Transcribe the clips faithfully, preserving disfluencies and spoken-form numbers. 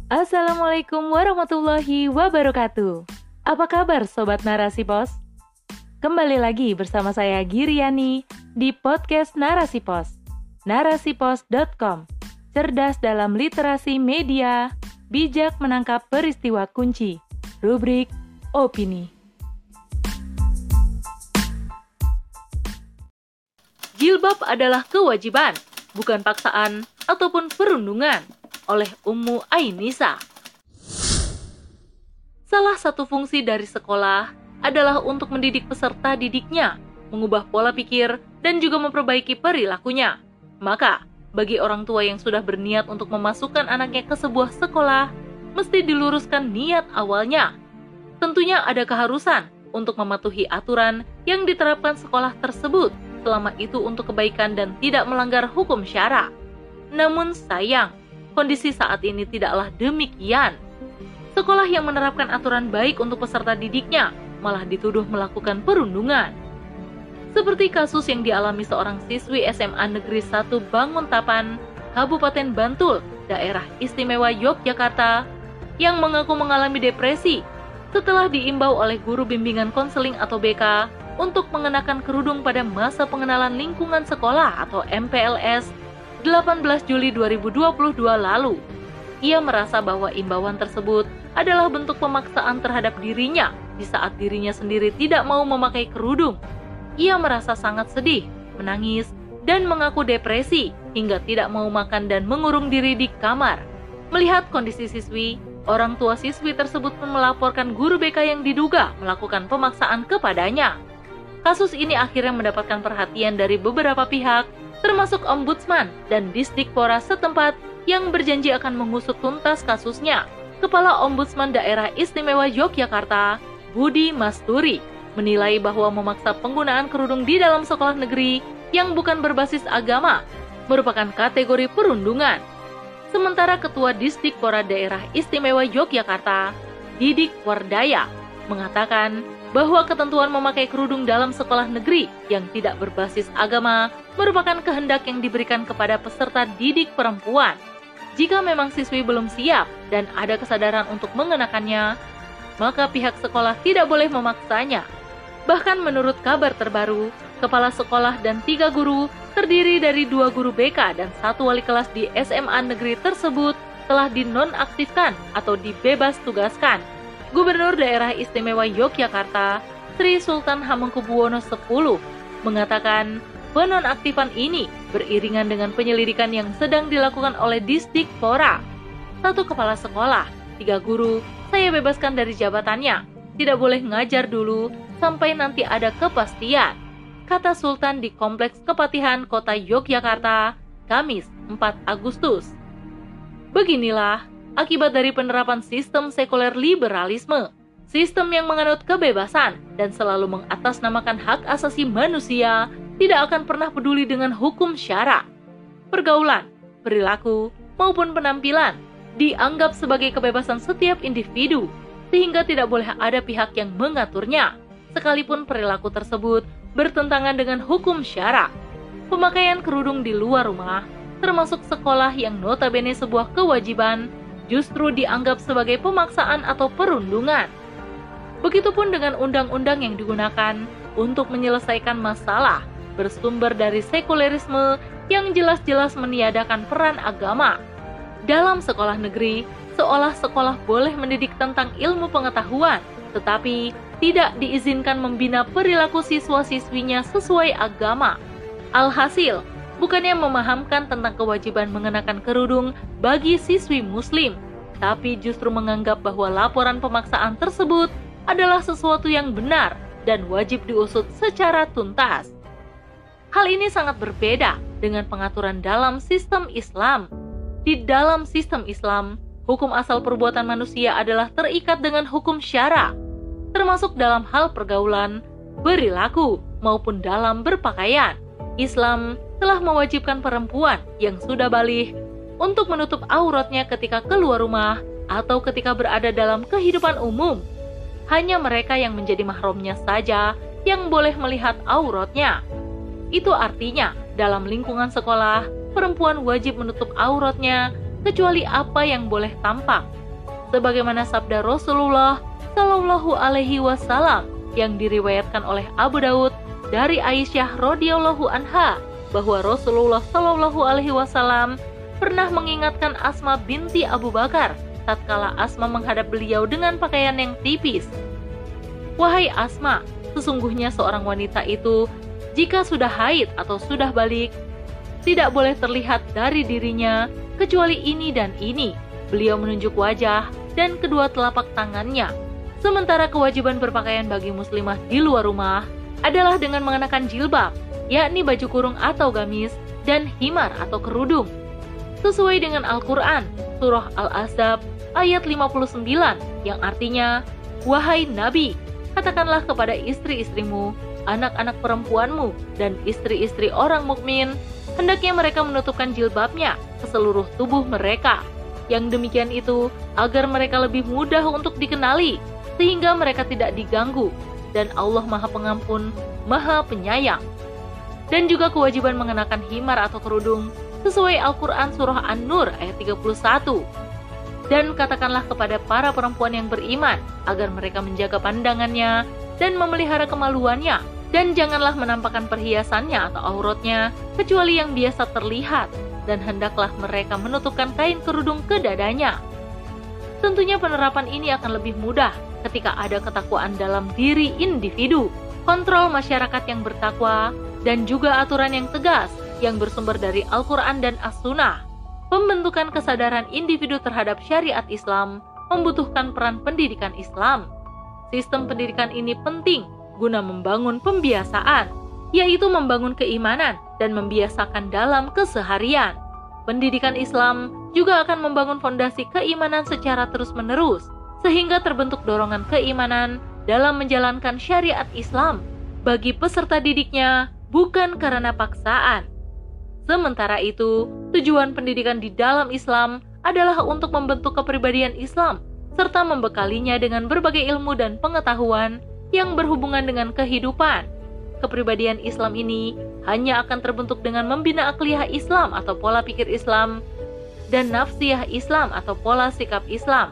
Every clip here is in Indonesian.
Assalamualaikum warahmatullahi wabarakatuh. Apa kabar Sobat Narasi Pos? Kembali lagi bersama saya Giriani di podcast Narasi Pos, narasipos dot com. Cerdas dalam literasi media, bijak menangkap peristiwa kunci. Rubrik Opini. Jilbab adalah kewajiban, bukan paksaan ataupun perundungan. Oleh Ummu Ainisa. Salah satu fungsi dari sekolah adalah untuk mendidik peserta didiknya, mengubah pola pikir, dan juga memperbaiki perilakunya. Maka, bagi orang tua yang sudah berniat untuk memasukkan anaknya ke sebuah sekolah, mesti diluruskan niat awalnya. Tentunya ada keharusan untuk mematuhi aturan yang diterapkan sekolah tersebut, selama itu untuk kebaikan dan tidak melanggar hukum syara. Namun sayang, kondisi saat ini tidaklah demikian. Sekolah yang menerapkan aturan baik untuk peserta didiknya malah dituduh melakukan perundungan. Seperti kasus yang dialami seorang siswi S M A Negeri satu Banguntapan, Kabupaten Bantul, Daerah Istimewa Yogyakarta, yang mengaku mengalami depresi setelah diimbau oleh guru bimbingan konseling atau B K untuk mengenakan kerudung pada masa pengenalan lingkungan sekolah atau M P L S delapan belas Juli dua ribu dua puluh dua lalu. Ia merasa bahwa imbauan tersebut adalah bentuk pemaksaan terhadap dirinya di saat dirinya sendiri tidak mau memakai kerudung. Ia merasa sangat sedih, menangis, dan mengaku depresi hingga tidak mau makan dan mengurung diri di kamar. Melihat kondisi siswi, orang tua siswi tersebut pun melaporkan guru B K yang diduga melakukan pemaksaan kepadanya. Kasus ini akhirnya mendapatkan perhatian dari beberapa pihak, termasuk Ombudsman dan Disdikpora setempat yang berjanji akan mengusut tuntas kasusnya. Kepala Ombudsman Daerah Istimewa Yogyakarta, Budi Masturi, menilai bahwa memaksa penggunaan kerudung di dalam sekolah negeri yang bukan berbasis agama merupakan kategori perundungan. Sementara Ketua Disdikpora Daerah Istimewa Yogyakarta, Didik Wardaya, mengatakan bahwa ketentuan memakai kerudung dalam sekolah negeri yang tidak berbasis agama merupakan kehendak yang diberikan kepada peserta didik perempuan. Jika memang siswi belum siap dan ada kesadaran untuk mengenakannya, maka pihak sekolah tidak boleh memaksanya. Bahkan menurut kabar terbaru, kepala sekolah dan tiga guru terdiri dari dua guru B K dan satu wali kelas di S M A negeri tersebut telah dinonaktifkan atau dibebas tugaskan. Gubernur Daerah Istimewa Yogyakarta, Sri Sultan Hamengkubuwono X mengatakan penonaktifan ini beriringan dengan penyelidikan yang sedang dilakukan oleh Disdikpora. Satu kepala sekolah, tiga guru, saya bebaskan dari jabatannya. Tidak boleh ngajar dulu sampai nanti ada kepastian, kata Sultan di Kompleks Kepatihan Kota Yogyakarta, Kamis empat Agustus. Beginilah akibat dari penerapan sistem sekuler liberalisme, sistem yang menganut kebebasan dan selalu mengatasnamakan hak asasi manusia, tidak akan pernah peduli dengan hukum syara. Pergaulan, perilaku, maupun penampilan dianggap sebagai kebebasan setiap individu, sehingga tidak boleh ada pihak yang mengaturnya, sekalipun perilaku tersebut bertentangan dengan hukum syara. Pemakaian kerudung di luar rumah, termasuk sekolah yang notabene sebuah kewajiban, justru dianggap sebagai pemaksaan atau perundungan. Begitupun dengan undang-undang yang digunakan untuk menyelesaikan masalah bersumber dari sekulerisme yang jelas-jelas meniadakan peran agama. Dalam sekolah negeri, seolah sekolah boleh mendidik tentang ilmu pengetahuan, tetapi tidak diizinkan membina perilaku siswa-siswinya sesuai agama. Alhasil, bukannya memahamkan tentang kewajiban mengenakan kerudung bagi siswi muslim, tapi justru menganggap bahwa laporan pemaksaan tersebut adalah sesuatu yang benar dan wajib diusut secara tuntas. Hal ini sangat berbeda dengan pengaturan dalam sistem Islam. Di dalam sistem Islam, hukum asal perbuatan manusia adalah terikat dengan hukum syara, termasuk dalam hal pergaulan, perilaku, maupun dalam berpakaian. Islam telah mewajibkan perempuan yang sudah baligh untuk menutup auratnya ketika keluar rumah atau ketika berada dalam kehidupan umum. Hanya mereka yang menjadi mahramnya saja yang boleh melihat auratnya. Itu artinya, dalam lingkungan sekolah, perempuan wajib menutup auratnya kecuali apa yang boleh tampak. Sebagaimana sabda Rasulullah Shallallahu Alaihi Wasallam yang diriwayatkan oleh Abu Daud dari Aisyah radhiyallahu anha bahwa Rasulullah Shallallahu Alaihi Wasallam pernah mengingatkan Asma binti Abu Bakar tatkala Asma menghadap beliau dengan pakaian yang tipis. Wahai Asma, sesungguhnya seorang wanita itu jika sudah haid atau sudah balik, tidak boleh terlihat dari dirinya kecuali ini dan ini. Beliau menunjuk wajah dan kedua telapak tangannya. Sementara kewajiban berpakaian bagi muslimah di luar rumah adalah dengan mengenakan jilbab, yakni baju kurung atau gamis, dan himar atau kerudung. Sesuai dengan Al-Quran, Surah Al-Ahzab ayat lima puluh sembilan, yang artinya, wahai Nabi, katakanlah kepada istri-istrimu, anak-anak perempuanmu, dan istri-istri orang mukmin, hendaknya mereka menutupkan jilbabnya ke seluruh tubuh mereka. Yang demikian itu agar mereka lebih mudah untuk dikenali, sehingga mereka tidak diganggu, dan Allah Maha Pengampun, Maha Penyayang. Dan juga kewajiban mengenakan himar atau kerudung sesuai Al-Quran Surah An-Nur ayat tiga puluh satu. Dan katakanlah kepada para perempuan yang beriman agar mereka menjaga pandangannya dan memelihara kemaluannya, dan janganlah menampakkan perhiasannya atau auratnya kecuali yang biasa terlihat, dan hendaklah mereka menutupkan kain kerudung ke dadanya. Tentunya penerapan ini akan lebih mudah ketika ada ketakwaan dalam diri individu, kontrol masyarakat yang bertakwa, dan juga aturan yang tegas yang bersumber dari Al-Quran dan As-Sunnah. Pembentukan kesadaran individu terhadap syariat Islam membutuhkan peran pendidikan Islam. Sistem pendidikan ini penting guna membangun pembiasaan, yaitu membangun keimanan dan membiasakan dalam keseharian. Pendidikan Islam juga akan membangun fondasi keimanan secara terus-menerus, sehingga terbentuk dorongan keimanan dalam menjalankan syariat Islam bagi peserta didiknya, bukan karena paksaan. Sementara itu, tujuan pendidikan di dalam Islam adalah untuk membentuk kepribadian Islam, serta membekalinya dengan berbagai ilmu dan pengetahuan yang berhubungan dengan kehidupan. Kepribadian Islam ini hanya akan terbentuk dengan membina akliyah Islam atau pola pikir Islam, dan nafsiyah Islam atau pola sikap Islam.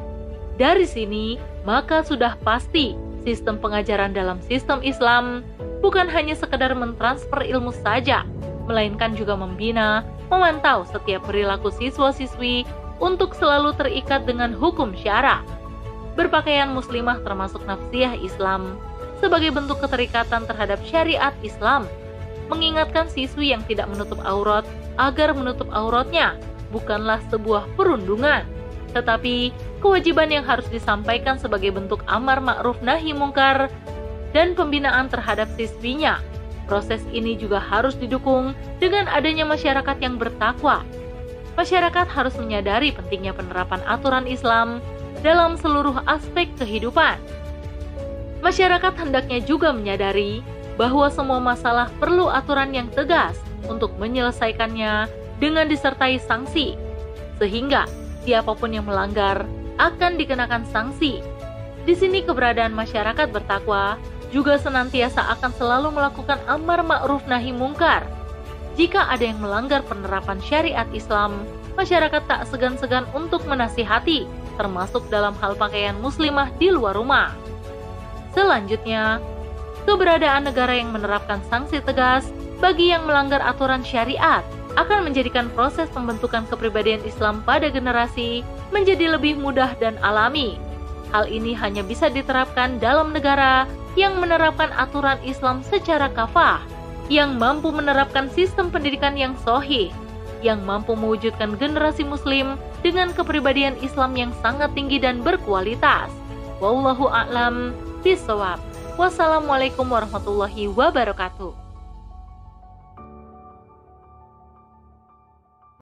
Dari sini, maka sudah pasti sistem pengajaran dalam sistem Islam bukan hanya sekedar mentransfer ilmu saja, melainkan juga membina, memantau setiap perilaku siswa-siswi untuk selalu terikat dengan hukum syara. Berpakaian muslimah termasuk nafsiyah Islam sebagai bentuk keterikatan terhadap syariat Islam, mengingatkan siswi yang tidak menutup aurat agar menutup auratnya bukanlah sebuah perundungan, tetapi kewajiban yang harus disampaikan sebagai bentuk amar ma'ruf nahi mungkar dan pembinaan terhadap siswinya. Proses ini juga harus didukung dengan adanya masyarakat yang bertakwa. Masyarakat harus menyadari pentingnya penerapan aturan Islam dalam seluruh aspek kehidupan. Masyarakat hendaknya juga menyadari bahwa semua masalah perlu aturan yang tegas untuk menyelesaikannya dengan disertai sanksi, sehingga siapapun yang melanggar akan dikenakan sanksi. Di sini keberadaan masyarakat bertakwa juga senantiasa akan selalu melakukan amar ma'ruf nahi mungkar. Jika ada yang melanggar penerapan syariat Islam, masyarakat tak segan-segan untuk menasihati, termasuk dalam hal pakaian muslimah di luar rumah. Selanjutnya, keberadaan negara yang menerapkan sanksi tegas bagi yang melanggar aturan syariat akan menjadikan proses pembentukan kepribadian Islam pada generasi menjadi lebih mudah dan alami. Hal ini hanya bisa diterapkan dalam negara yang menerapkan aturan Islam secara kafah, yang mampu menerapkan sistem pendidikan yang sahih, yang mampu mewujudkan generasi muslim dengan kepribadian Islam yang sangat tinggi dan berkualitas. Wallahu a'lam bishawab. Wassalamualaikum warahmatullahi wabarakatuh.